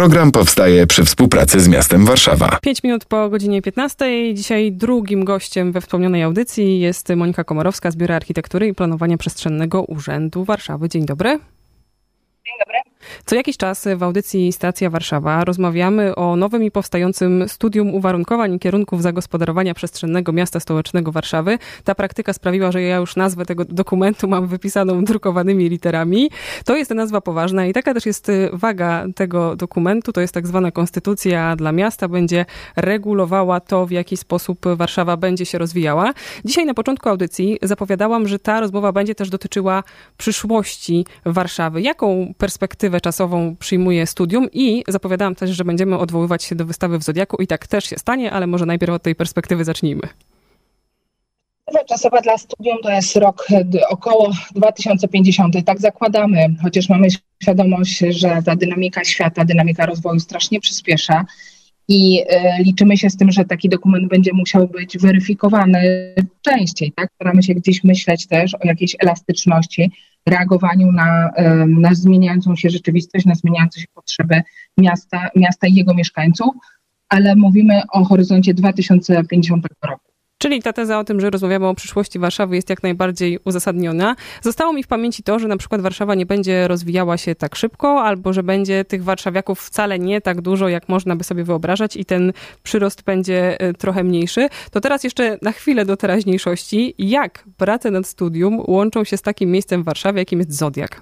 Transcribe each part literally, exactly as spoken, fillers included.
Program powstaje przy współpracy z miastem Warszawa. Pięć minut po godzinie piętnastej. Dzisiaj drugim gościem we wspomnianej audycji jest Monika Komorowska z Biura Architektury i Planowania Przestrzennego Urzędu Warszawy. Dzień dobry. Dzień dobry. Co jakiś czas w audycji Stacja Warszawa rozmawiamy o nowym i powstającym studium uwarunkowań i kierunków zagospodarowania przestrzennego miasta stołecznego Warszawy. Ta praktyka sprawiła, że ja już nazwę tego dokumentu mam wypisaną drukowanymi literami. To jest nazwa poważna i taka też jest waga tego dokumentu. To jest tak zwana konstytucja dla miasta. Będzie regulowała to, w jaki sposób Warszawa będzie się rozwijała. Dzisiaj na początku audycji zapowiadałam, że ta rozmowa będzie też dotyczyła przyszłości Warszawy. Jaką perspektywę czasową przyjmuje studium i zapowiadałam też, że będziemy odwoływać się do wystawy w Zodiaku i tak też się stanie, ale może najpierw od tej perspektywy zacznijmy. Perspektywa czasowa dla studium to jest rok około dwa tysiące pięćdziesiąty. Tak zakładamy, chociaż mamy świadomość, że ta dynamika świata, dynamika rozwoju strasznie przyspiesza i y, liczymy się z tym, że taki dokument będzie musiał być weryfikowany częściej. Tak? Staramy się gdzieś myśleć też o jakiejś elastyczności, reagowaniu na, na zmieniającą się rzeczywistość, na zmieniające się potrzeby miasta, miasta i jego mieszkańców, ale mówimy o horyzoncie dwa tysiące pięćdziesiątego roku. Czyli ta teza o tym, że rozmawiamy o przyszłości Warszawy jest jak najbardziej uzasadniona. Zostało mi w pamięci to, że na przykład Warszawa nie będzie rozwijała się tak szybko, albo że będzie tych warszawiaków wcale nie tak dużo, jak można by sobie wyobrażać i ten przyrost będzie trochę mniejszy. To teraz jeszcze na chwilę do teraźniejszości. Jak prace nad studium łączą się z takim miejscem w Warszawie, jakim jest Zodiak?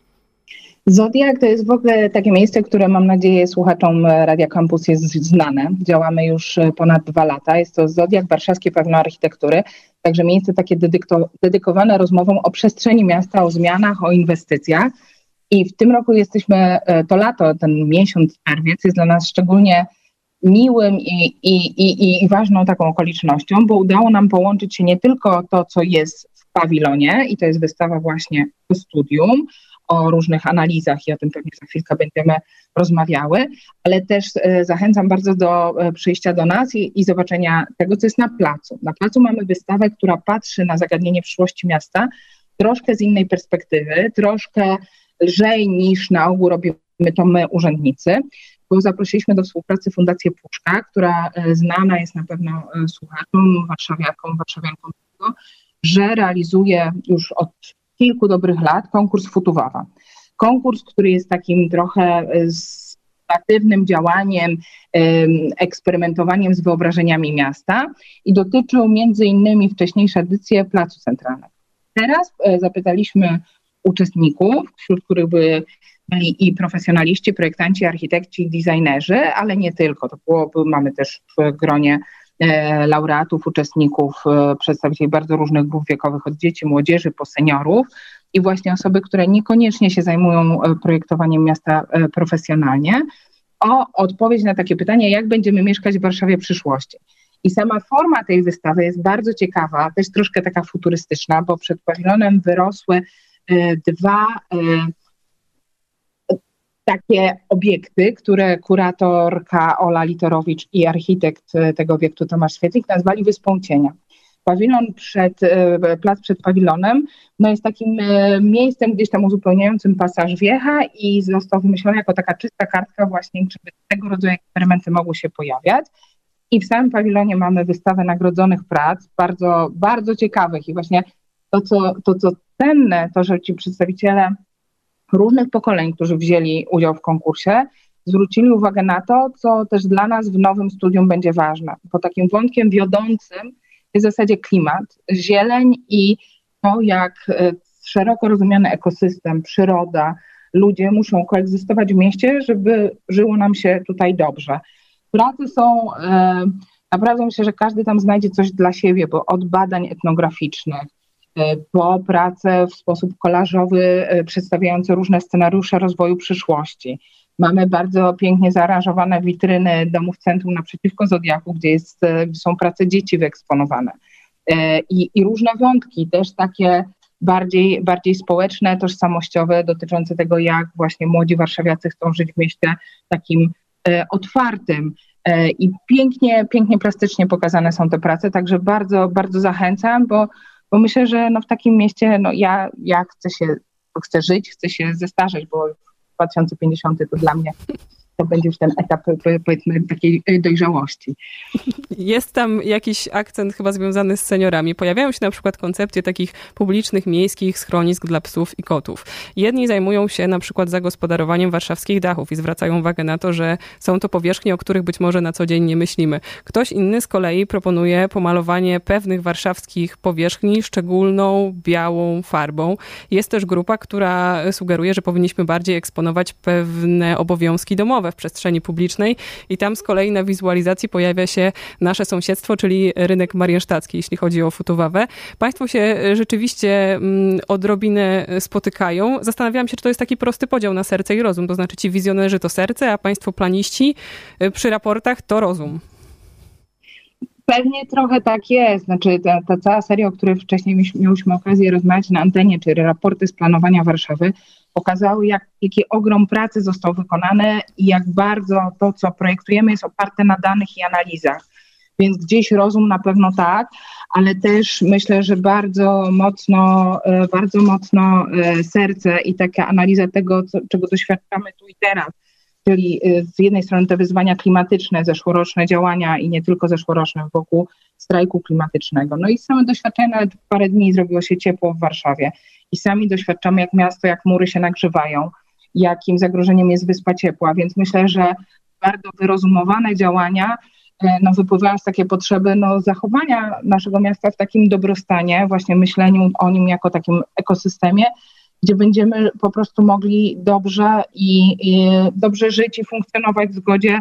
Zodiak to jest w ogóle takie miejsce, które mam nadzieję słuchaczom Radia Campus jest znane. Działamy już ponad dwa lata. Jest to Zodiak, Warszawskie Pawilon Architektury. Także miejsce takie dedyko- dedykowane rozmowom o przestrzeni miasta, o zmianach, o inwestycjach. I w tym roku jesteśmy, to lato, ten miesiąc czerwiec jest dla nas szczególnie miłym i, i, i, i ważną taką okolicznością, bo udało nam połączyć się nie tylko to, co jest w pawilonie i to jest wystawa właśnie o studium, o różnych analizach i o tym pewnie za chwilkę będziemy rozmawiały, ale też e, zachęcam bardzo do e, przyjścia do nas i, i zobaczenia tego, co jest na placu. Na placu mamy wystawę, która patrzy na zagadnienie przyszłości miasta troszkę z innej perspektywy, troszkę lżej niż na ogół robimy to my, urzędnicy, bo zaprosiliśmy do współpracy Fundację Puszka, która e, znana jest na pewno e, słuchaczom, warszawiakom, warszawiankom tego, że realizuje już od kilku dobrych lat konkurs Futuwawa. Konkurs, który jest takim trochę aktywnym działaniem, eksperymentowaniem z wyobrażeniami miasta i dotyczył między innymi wcześniejsze edycje Placu Centralnego. Teraz zapytaliśmy uczestników, wśród których były byli i profesjonaliści, projektanci, architekci, designerzy, ale nie tylko. To było, mamy też w gronie E, laureatów, uczestników, e, przedstawicieli bardzo różnych grup wiekowych, od dzieci, młodzieży, po seniorów i właśnie osoby, które niekoniecznie się zajmują e, projektowaniem miasta e, profesjonalnie, o odpowiedź na takie pytanie, jak będziemy mieszkać w Warszawie przyszłości. I sama forma tej wystawy jest bardzo ciekawa, też troszkę taka futurystyczna, bo przed pawilonem wyrosły e, dwa e, takie obiekty, które kuratorka Ola Litorowicz i architekt tego obiektu Tomasz Świetlik nazwali Wyspą Cienia. Pawilon przed, plac przed pawilonem no jest takim miejscem gdzieś tam uzupełniającym pasaż Wiecha i został wymyślony jako taka czysta kartka właśnie, żeby tego rodzaju eksperymenty mogły się pojawiać. I w samym pawilonie mamy wystawę nagrodzonych prac, bardzo, bardzo ciekawych i właśnie to, co, to, co cenne, to, że ci przedstawiciele różnych pokoleń, którzy wzięli udział w konkursie, zwrócili uwagę na to, co też dla nas w nowym studium będzie ważne. Bo takim wątkiem wiodącym jest w zasadzie klimat, zieleń i to, jak szeroko rozumiany ekosystem, przyroda, ludzie muszą koegzystować w mieście, żeby żyło nam się tutaj dobrze. Prace są, e, naprawdę myślę, że każdy tam znajdzie coś dla siebie, bo od badań etnograficznych, po prace w sposób kolażowy przedstawiające różne scenariusze rozwoju przyszłości. Mamy bardzo pięknie zaaranżowane witryny domów centrum naprzeciwko Zodiaku, gdzie, jest, gdzie są prace dzieci wyeksponowane. I, i różne wątki, też takie bardziej, bardziej społeczne, tożsamościowe, dotyczące tego, jak właśnie młodzi warszawiacy chcą żyć w mieście takim e, otwartym. E, I pięknie, pięknie plastycznie pokazane są te prace, także bardzo, bardzo zachęcam, bo Bo myślę, że no w takim mieście no ja, ja chcę się, chcę żyć, chcę się zestarzeć, bo dwa tysiące pięćdziesiąty to dla mnie to będzie już ten etap, powiedzmy, takiej dojrzałości. Jest tam jakiś akcent chyba związany z seniorami. Pojawiają się na przykład koncepcje takich publicznych, miejskich schronisk dla psów i kotów. Jedni zajmują się na przykład zagospodarowaniem warszawskich dachów i zwracają uwagę na to, że są to powierzchnie, o których być może na co dzień nie myślimy. Ktoś inny z kolei proponuje pomalowanie pewnych warszawskich powierzchni szczególną, białą farbą. Jest też grupa, która sugeruje, że powinniśmy bardziej eksponować pewne obowiązki domowe w przestrzeni publicznej i tam z kolei na wizualizacji pojawia się nasze sąsiedztwo, czyli rynek mariensztacki, jeśli chodzi o Futowawę. Państwo się rzeczywiście odrobinę spotykają. Zastanawiałam się, czy to jest taki prosty podział na serce i rozum, to znaczy ci wizjonerzy to serce, a państwo planiści przy raportach to rozum. Pewnie trochę tak jest. Znaczy ta, ta cała seria, o której wcześniej mieliśmy okazję rozmawiać na antenie, czyli raporty z planowania Warszawy, pokazały, jak, jaki ogrom pracy został wykonany i jak bardzo to, co projektujemy, jest oparte na danych i analizach. Więc gdzieś rozum na pewno tak, ale też myślę, że bardzo mocno, bardzo mocno serce i taka analiza tego, co, czego doświadczamy tu i teraz. Czyli z jednej strony te wyzwania klimatyczne, zeszłoroczne działania i nie tylko zeszłoroczne wokół strajku klimatycznego. No i same doświadczenia, nawet w parę dni zrobiło się ciepło w Warszawie i sami doświadczamy, jak miasto, jak mury się nagrzewają, jakim zagrożeniem jest Wyspa Ciepła, więc myślę, że bardzo wyrozumowane działania no, wypływają z takiej potrzeby no, zachowania naszego miasta w takim dobrostanie, właśnie myśleniu o nim jako takim ekosystemie, gdzie będziemy po prostu mogli dobrze i, i dobrze żyć i funkcjonować w zgodzie,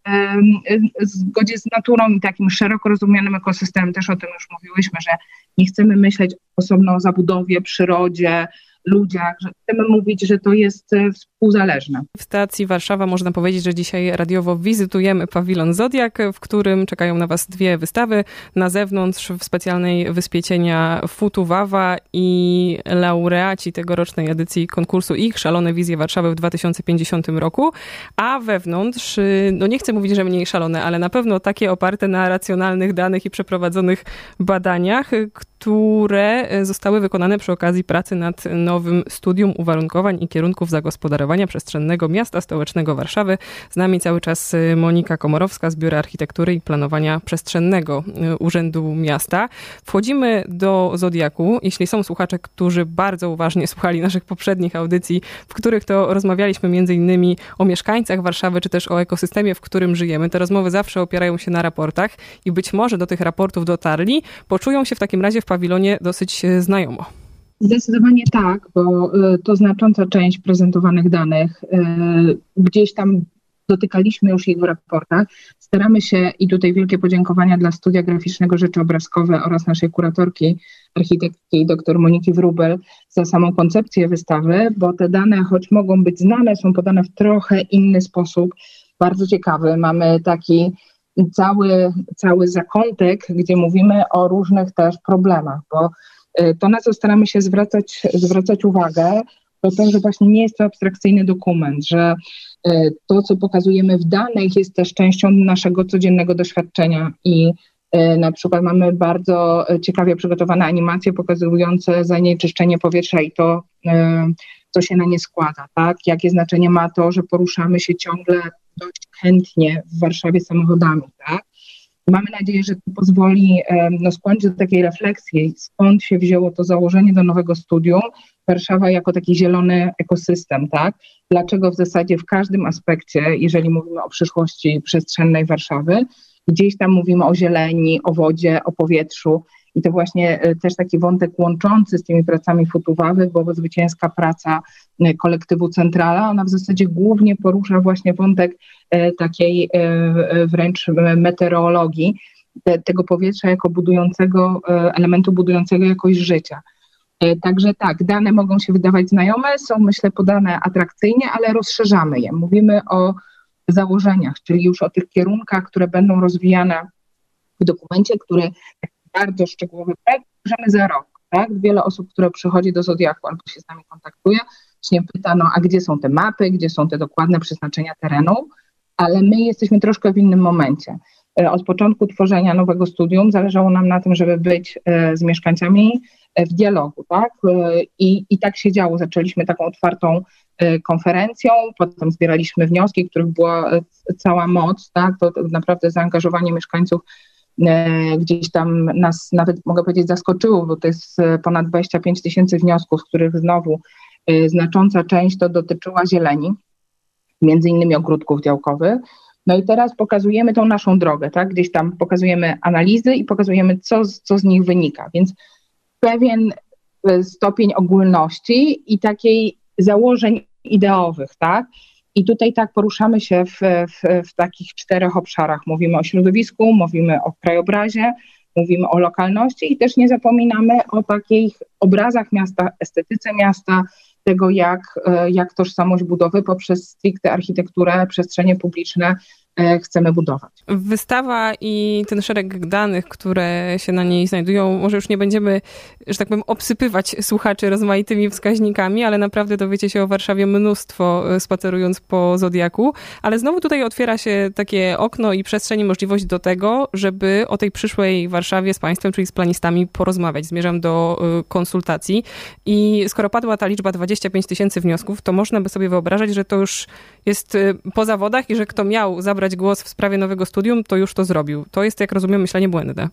w zgodzie z naturą i takim szeroko rozumianym ekosystemem. Też o tym już mówiłyśmy, że nie chcemy myśleć osobno o zabudowie, przyrodzie, ludziach, że chcemy mówić, że to jest współzależne. W stacji Warszawa można powiedzieć, że dzisiaj radiowo wizytujemy pawilon Zodiak, w którym czekają na Was dwie wystawy. Na zewnątrz w specjalnej wyspie cienia Futuwawa i laureaci tegorocznej edycji konkursu Ich szalone wizje Warszawy w dwa tysiące pięćdziesiątym roku, a wewnątrz, no nie chcę mówić, że mniej szalone, ale na pewno takie oparte na racjonalnych danych i przeprowadzonych badaniach, które zostały wykonane przy okazji pracy nad nowym studium uwarunkowań i kierunków zagospodarowania przestrzennego miasta stołecznego Warszawy. Z nami cały czas Monika Komorowska z Biura Architektury i Planowania Przestrzennego Urzędu Miasta. Wchodzimy do Zodiaku. Jeśli są słuchacze, którzy bardzo uważnie słuchali naszych poprzednich audycji, w których to rozmawialiśmy między innymi o mieszkańcach Warszawy, czy też o ekosystemie, w którym żyjemy, te rozmowy zawsze opierają się na raportach i być może do tych raportów dotarli, poczują się w takim razie w pawilonie dosyć znajomo. Zdecydowanie tak, bo to znacząca część prezentowanych danych. Gdzieś tam dotykaliśmy już ich w raportach. Staramy się, i tutaj wielkie podziękowania dla Studia Graficznego Rzeczy Obrazkowe oraz naszej kuratorki, architektki dr Moniki Wróbel za samą koncepcję wystawy, bo te dane, choć mogą być znane, są podane w trochę inny sposób, bardzo ciekawy. Mamy taki cały, cały zakątek, gdzie mówimy o różnych też problemach, bo to, na co staramy się zwracać, zwracać uwagę, to to, że właśnie nie jest to abstrakcyjny dokument, że to, co pokazujemy w danych, jest też częścią naszego codziennego doświadczenia i na przykład mamy bardzo ciekawie przygotowane animacje pokazujące zanieczyszczenie powietrza i to, co się na nie składa, tak? Jakie znaczenie ma to, że poruszamy się ciągle dość chętnie w Warszawie samochodami, tak? Mamy nadzieję, że to pozwoli no, skłonić do takiej refleksji, skąd się wzięło to założenie do nowego studium. Warszawa jako taki zielony ekosystem, tak? Dlaczego w zasadzie w każdym aspekcie, jeżeli mówimy o przyszłości przestrzennej Warszawy, gdzieś tam mówimy o zieleni, o wodzie, o powietrzu i to właśnie też taki wątek łączący z tymi pracami Futuwawy, bo zwycięska praca kolektywu Centrala, ona w zasadzie głównie porusza właśnie wątek takiej wręcz meteorologii, tego powietrza jako budującego, elementu budującego jakość życia. Także tak, dane mogą się wydawać znajome, są myślę podane atrakcyjnie, ale rozszerzamy je. Mówimy o założeniach, czyli już o tych kierunkach, które będą rozwijane w dokumencie, który taki bardzo szczegółowy projekt bierzemy za rok. Tak? Wiele osób, które przychodzi do Zodiaku albo się z nami kontaktuje, właśnie pyta, no a gdzie są te mapy, gdzie są te dokładne przeznaczenia terenu, ale my jesteśmy troszkę w innym momencie. Od początku tworzenia nowego studium zależało nam na tym, żeby być z mieszkańcami w dialogu, tak? I, i tak się działo. Zaczęliśmy taką otwartą konferencją, potem zbieraliśmy wnioski, których była cała moc, tak? To, to naprawdę zaangażowanie mieszkańców gdzieś tam nas nawet, mogę powiedzieć, zaskoczyło, bo to jest ponad dwadzieścia pięć tysięcy wniosków, z których znowu znacząca część to dotyczyła zieleni, między innymi ogródków działkowych. No i teraz pokazujemy tą naszą drogę, tak? Gdzieś tam pokazujemy analizy i pokazujemy, co, co z nich wynika, więc pewien stopień ogólności i takiej założeń ideowych, tak? I tutaj tak poruszamy się w, w, w takich czterech obszarach. Mówimy o środowisku, mówimy o krajobrazie, mówimy o lokalności i też nie zapominamy o takich obrazach miasta, estetyce miasta, tego jak, jak tożsamość budowy poprzez stricte architekturę, przestrzenie publiczne chcemy budować. Wystawa i ten szereg danych, które się na niej znajdują, może już nie będziemy, że tak powiem, obsypywać słuchaczy rozmaitymi wskaźnikami, ale naprawdę dowiecie się o Warszawie mnóstwo spacerując po Zodiaku, ale znowu tutaj otwiera się takie okno i przestrzeń i możliwość do tego, żeby o tej przyszłej Warszawie z państwem, czyli z planistami porozmawiać. Zmierzam do konsultacji i skoro padła ta liczba dwadzieścia pięć tysięcy wniosków, to można by sobie wyobrażać, że to już jest po zawodach i że kto miał zabrać głos w sprawie nowego studium, to już to zrobił. To jest, jak rozumiem, myślenie błędne.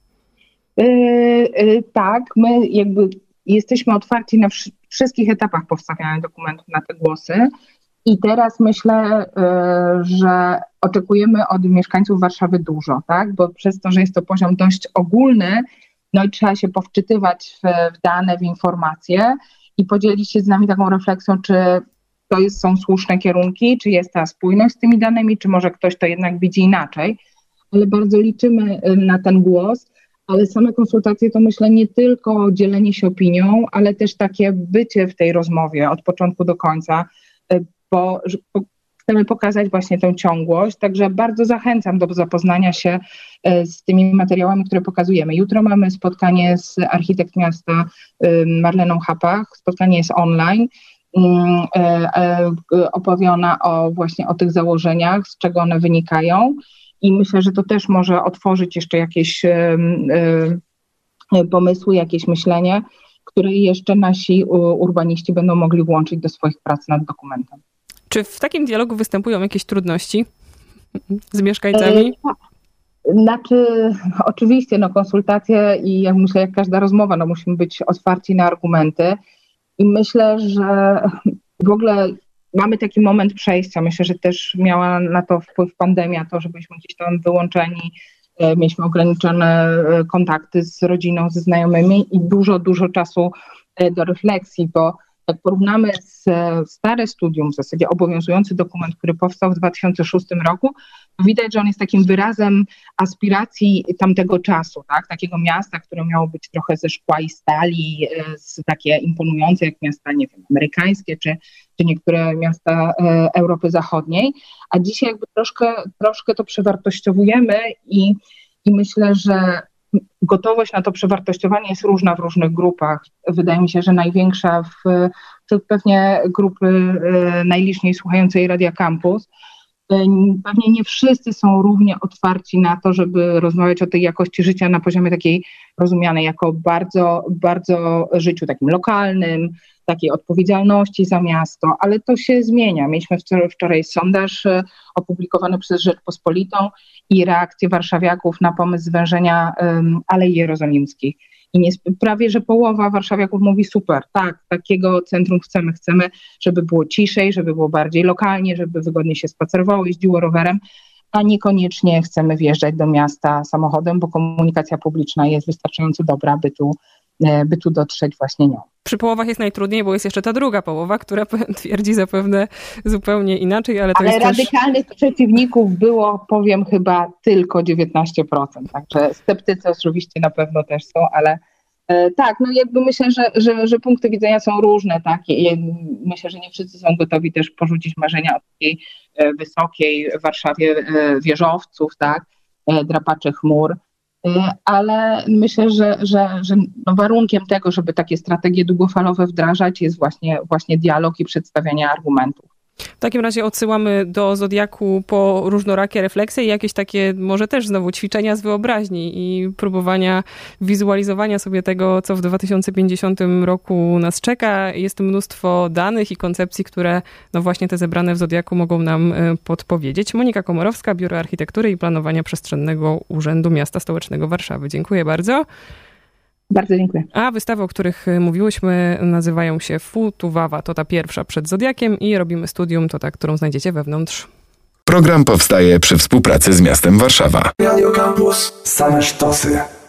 Yy, yy, tak, my jakby jesteśmy otwarci na wsz- wszystkich etapach powstawiania dokumentów na te głosy i teraz myślę, yy, że oczekujemy od mieszkańców Warszawy dużo, tak, bo przez to, że jest to poziom dość ogólny, no i trzeba się powczytywać w, w dane, w informacje i podzielić się z nami taką refleksją, czy to jest, są słuszne kierunki, czy jest ta spójność z tymi danymi, czy może ktoś to jednak widzi inaczej, ale bardzo liczymy na ten głos, ale same konsultacje to myślę nie tylko dzielenie się opinią, ale też takie bycie w tej rozmowie od początku do końca, bo chcemy pokazać właśnie tę ciągłość, także bardzo zachęcam do zapoznania się z tymi materiałami, które pokazujemy. Jutro mamy spotkanie z architekt miasta Marleną Hapach, spotkanie jest online, opowiona o właśnie o tych założeniach, z czego one wynikają i myślę, że to też może otworzyć jeszcze jakieś pomysły, jakieś myślenie, które jeszcze nasi urbaniści będą mogli włączyć do swoich prac nad dokumentem. Czy w takim dialogu występują jakieś trudności z mieszkańcami? Znaczy, oczywiście, no konsultacje i jak myślę, jak każda rozmowa, no musimy być otwarci na argumenty. I myślę, że w ogóle mamy taki moment przejścia. Myślę, że też miała na to wpływ pandemia, to, że byliśmy gdzieś tam wyłączeni, mieliśmy ograniczone kontakty z rodziną, ze znajomymi i dużo, dużo czasu do refleksji, bo jak porównamy z stare studium, w zasadzie obowiązujący dokument, który powstał w dwa tysiące szóstym roku, to widać, że on jest takim wyrazem aspiracji tamtego czasu, tak? Takiego miasta, które miało być trochę ze szkła i stali, z takie imponujące jak miasta, nie wiem, amerykańskie, czy, czy niektóre miasta e, Europy Zachodniej, a dzisiaj jakby troszkę, troszkę to przewartościowujemy i, i myślę, że gotowość na to przewartościowanie jest różna w różnych grupach. Wydaje mi się, że największa w, wśród pewnie grupy e, najliczniej słuchającej Radia Campus. E, pewnie nie wszyscy są równie otwarci na to, żeby rozmawiać o tej jakości życia na poziomie takiej rozumianej jako bardzo, bardzo życiu takim lokalnym, takiej odpowiedzialności za miasto, ale to się zmienia. Mieliśmy wczoraj, wczoraj sondaż opublikowany przez Rzeczpospolitą i reakcje warszawiaków na pomysł zwężenia um, Alei Jerozolimskich. I nie, prawie, że połowa warszawiaków mówi super, tak, takiego centrum chcemy, chcemy, żeby było ciszej, żeby było bardziej lokalnie, żeby wygodnie się spacerowało, jeździło rowerem, a niekoniecznie chcemy wjeżdżać do miasta samochodem, bo komunikacja publiczna jest wystarczająco dobra, by tu, by tu dotrzeć właśnie nią. Przy połowach jest najtrudniej, bo jest jeszcze ta druga połowa, która twierdzi zapewne zupełnie inaczej, ale to ale jest radykalnych też... przeciwników było, powiem, chyba tylko dziewiętnaście procent, także sceptycy oczywiście na pewno też są, ale e, tak, no jakby myślę, że, że, że punkty widzenia są różne, tak, i myślę, że nie wszyscy są gotowi też porzucić marzenia o takiej e, wysokiej Warszawie e, wieżowców, tak, e, drapaczy chmur, ale myślę, że, że, że no warunkiem tego, żeby takie strategie długofalowe wdrażać, jest właśnie, właśnie dialog i przedstawianie argumentów. W takim razie odsyłamy do Zodiaku po różnorakie refleksje i jakieś takie może też znowu ćwiczenia z wyobraźni i próbowania wizualizowania sobie tego, co w dwa tysiące pięćdziesiątym roku nas czeka. Jest mnóstwo danych i koncepcji, które no właśnie te zebrane w Zodiaku mogą nam podpowiedzieć. Monika Komorowska, Biuro Architektury i Planowania Przestrzennego Urzędu Miasta Stołecznego Warszawy. Dziękuję bardzo. Bardzo dziękuję. A wystawy, o których mówiłyśmy, nazywają się Futuwawa, to ta pierwsza przed Zodiakiem i Robimy studium, to ta, którą znajdziecie wewnątrz. Program powstaje przy współpracy z miastem Warszawa. Radio Campus. Same sztosy.